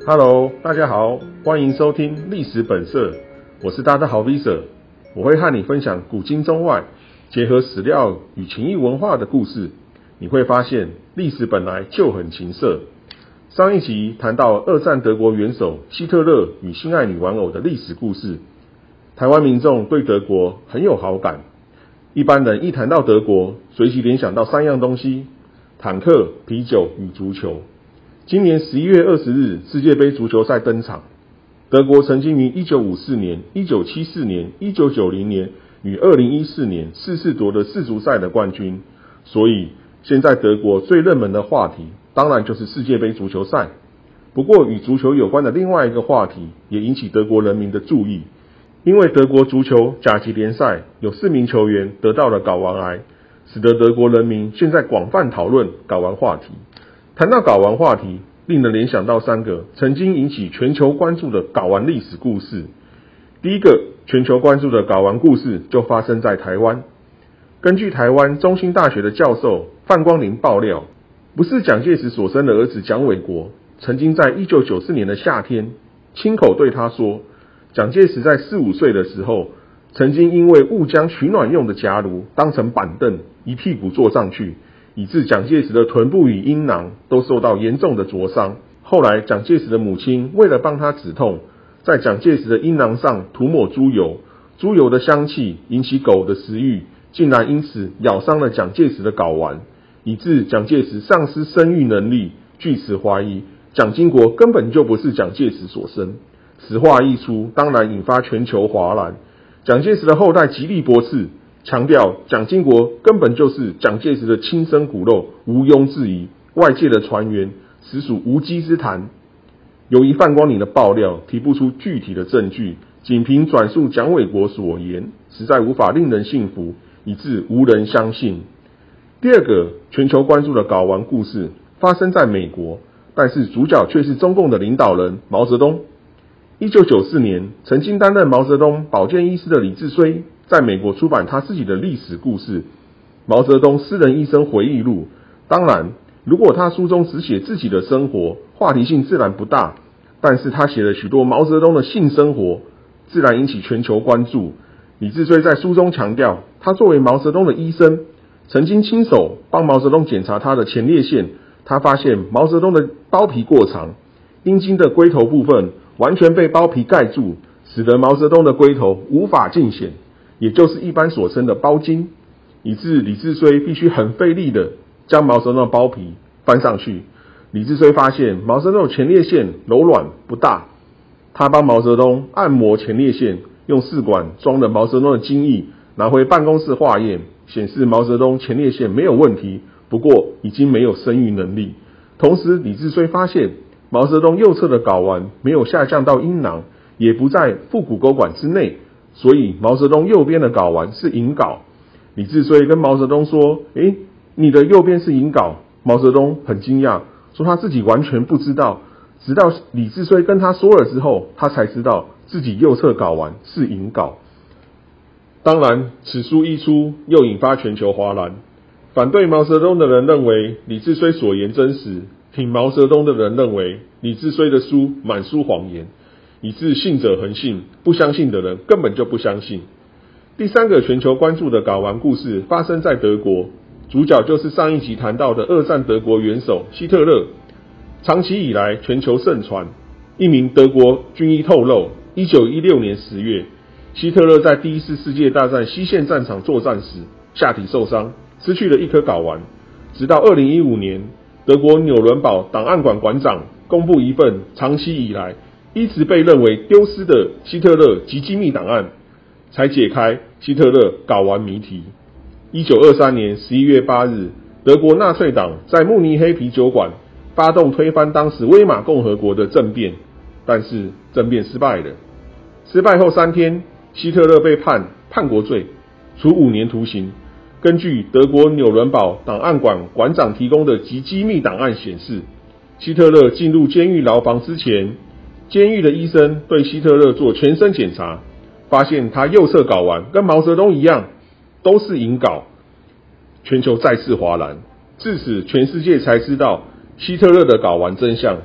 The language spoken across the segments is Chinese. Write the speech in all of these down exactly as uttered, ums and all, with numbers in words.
Hello， 大家好，欢迎收听历史本色，我是大家好 Visa， 我会和你分享古今中外结合史料与情谊文化的故事。你会发现历史本来就很情色。上一集谈到二战德国元首希特勒与心爱女玩偶的历史故事，台湾民众对德国很有好感。一般人一谈到德国，随即联想到三样东西：坦克、啤酒与足球。今年十一月二十日，世界杯足球赛登场。德国曾经于一九五四年、一九七四年、一九九零年与二零一四年四次夺得世足赛的冠军，所以现在德国最热门的话题当然就是世界杯足球赛。不过与足球有关的另外一个话题也引起德国人民的注意，因为德国足球甲级联赛有四名球员得到了睾丸癌，使得德国人民现在广泛讨论睾丸话题。谈到睾丸话题，令人联想到三个曾经引起全球关注的睾丸历史故事。第一个全球关注的睾丸故事就发生在台湾。根据台湾中兴大学的教授范光林爆料，不是蒋介石所生的儿子蒋纬国，曾经在一九九四年的夏天，亲口对他说，蒋介石在四五岁的时候，曾经因为误将取暖用的夹炉当成板凳，一屁股坐上去，以致蒋介石的臀部与阴囊都受到严重的灼伤。后来蒋介石的母亲为了帮他止痛，在蒋介石的阴囊上涂抹猪油，猪油的香气引起狗的食欲，竟然因此咬伤了蒋介石的睾丸，以致蒋介石丧失生育能力。据此怀疑蒋经国根本就不是蒋介石所生。此话一出，当然引发全球哗然。蒋介石的后代极力驳斥，强调蒋经国根本就是蒋介石的亲生骨肉，毋庸置疑。外界的传言实属无稽之谈。由于范光林的爆料提不出具体的证据，仅凭转述蒋纬国所言，实在无法令人信服，以致无人相信。第二个全球关注的睾丸故事发生在美国，但是主角却是中共的领导人毛泽东。一九九四年，曾经担任毛泽东保健医师的李志绥在美国出版他自己的历史故事《毛泽东私人医生回忆录》。当然，如果他书中只写自己的生活，话题性自然不大，但是他写了许多毛泽东的性生活，自然引起全球关注。李志绥在书中强调，他作为毛泽东的医生，曾经亲手帮毛泽东检查他的前列腺，他发现毛泽东的包皮过长，阴茎的龟头部分完全被包皮盖住，使得毛泽东的龟头无法尽显，也就是一般所称的包茎，以致李志绥必须很费力的将毛泽东的包皮翻上去。李志绥发现毛泽东的前列腺柔软不大，他帮毛泽东按摩前列腺，用试管装了毛泽东的精液，拿回办公室化验，显示毛泽东前列腺没有问题，不过已经没有生育能力。同时李志绥发现毛泽东右侧的睾丸没有下降到阴囊，也不在腹股沟管之内，所以毛泽东右边的睾丸是隐睾。李志绥跟毛泽东说，诶，你的右边是隐睾。毛泽东很惊讶，说他自己完全不知道，直到李志绥跟他说了之后，他才知道自己右侧睾丸是隐睾。当然，此书一出，又引发全球哗然。反对毛泽东的人认为李志绥所言真实，挺毛泽东的人认为李志绥的书满书谎言，以致信者恒信，不相信的人根本就不相信。第三个全球关注的睾丸故事发生在德国，主角就是上一集谈到的二战德国元首希特勒。长期以来全球盛传，一名德国军医透露，一九一六年十月，希特勒在第一次世界大战西线战场作战时下体受伤，失去了一颗睾丸。直到二零一五年，德国纽伦堡档案馆馆长公布一份长期以来一直被认为丢失的希特勒极机密档案，才解开希特勒睾丸谜题。一九二三年十一月八日，德国纳粹党在慕尼黑啤酒馆发动推翻当时威玛共和国的政变，但是政变失败了。失败后三天，希特勒被判叛国罪，处五年徒刑。根据德国纽伦堡档案馆馆长提供的极机密档案显示，希特勒进入监狱牢房之前，监狱的医生对希特勒做全身检查，发现他右侧睾丸跟毛泽东一样都是隐睾。全球再次哗然，至此全世界才知道希特勒的睾丸真相。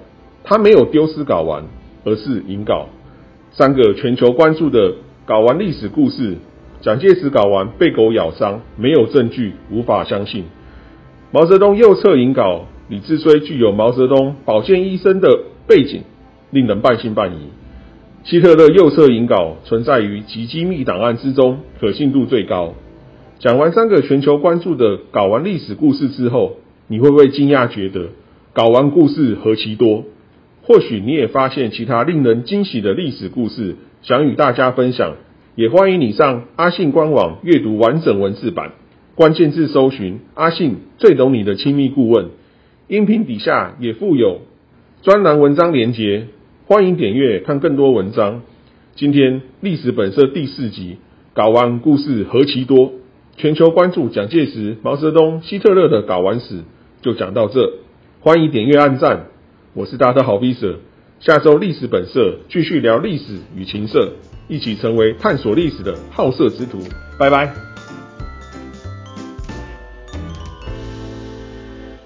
他没有丢失睾丸，而是引睾。三个全球关注的睾丸历史故事，蒋介石睾丸被狗咬伤，没有证据，无法相信。毛泽东右侧引睾，李志綏具有毛泽东保健医生的背景，令人半信半疑。希特勒右侧引睾存在于极机密档案之中，可信度最高。讲完三个全球关注的睾丸历史故事之后，你会不会惊讶觉得睾丸故事何其多？或许你也发现其他令人惊喜的历史故事，想与大家分享，也欢迎你上阿信官网阅读完整文字版，关键字搜寻阿信最懂你的亲密顾问，音频底下也附有专栏文章连结，欢迎点阅看更多文章。今天历史本色第四集，睾丸故事何其多，全球关注蒋介石、毛泽东、希特勒的睾丸史就讲到这，欢迎点阅按赞。我是大家好 Visa， 下周历史本色继续聊历史与情色，一起成为探索历史的好色之徒。拜拜。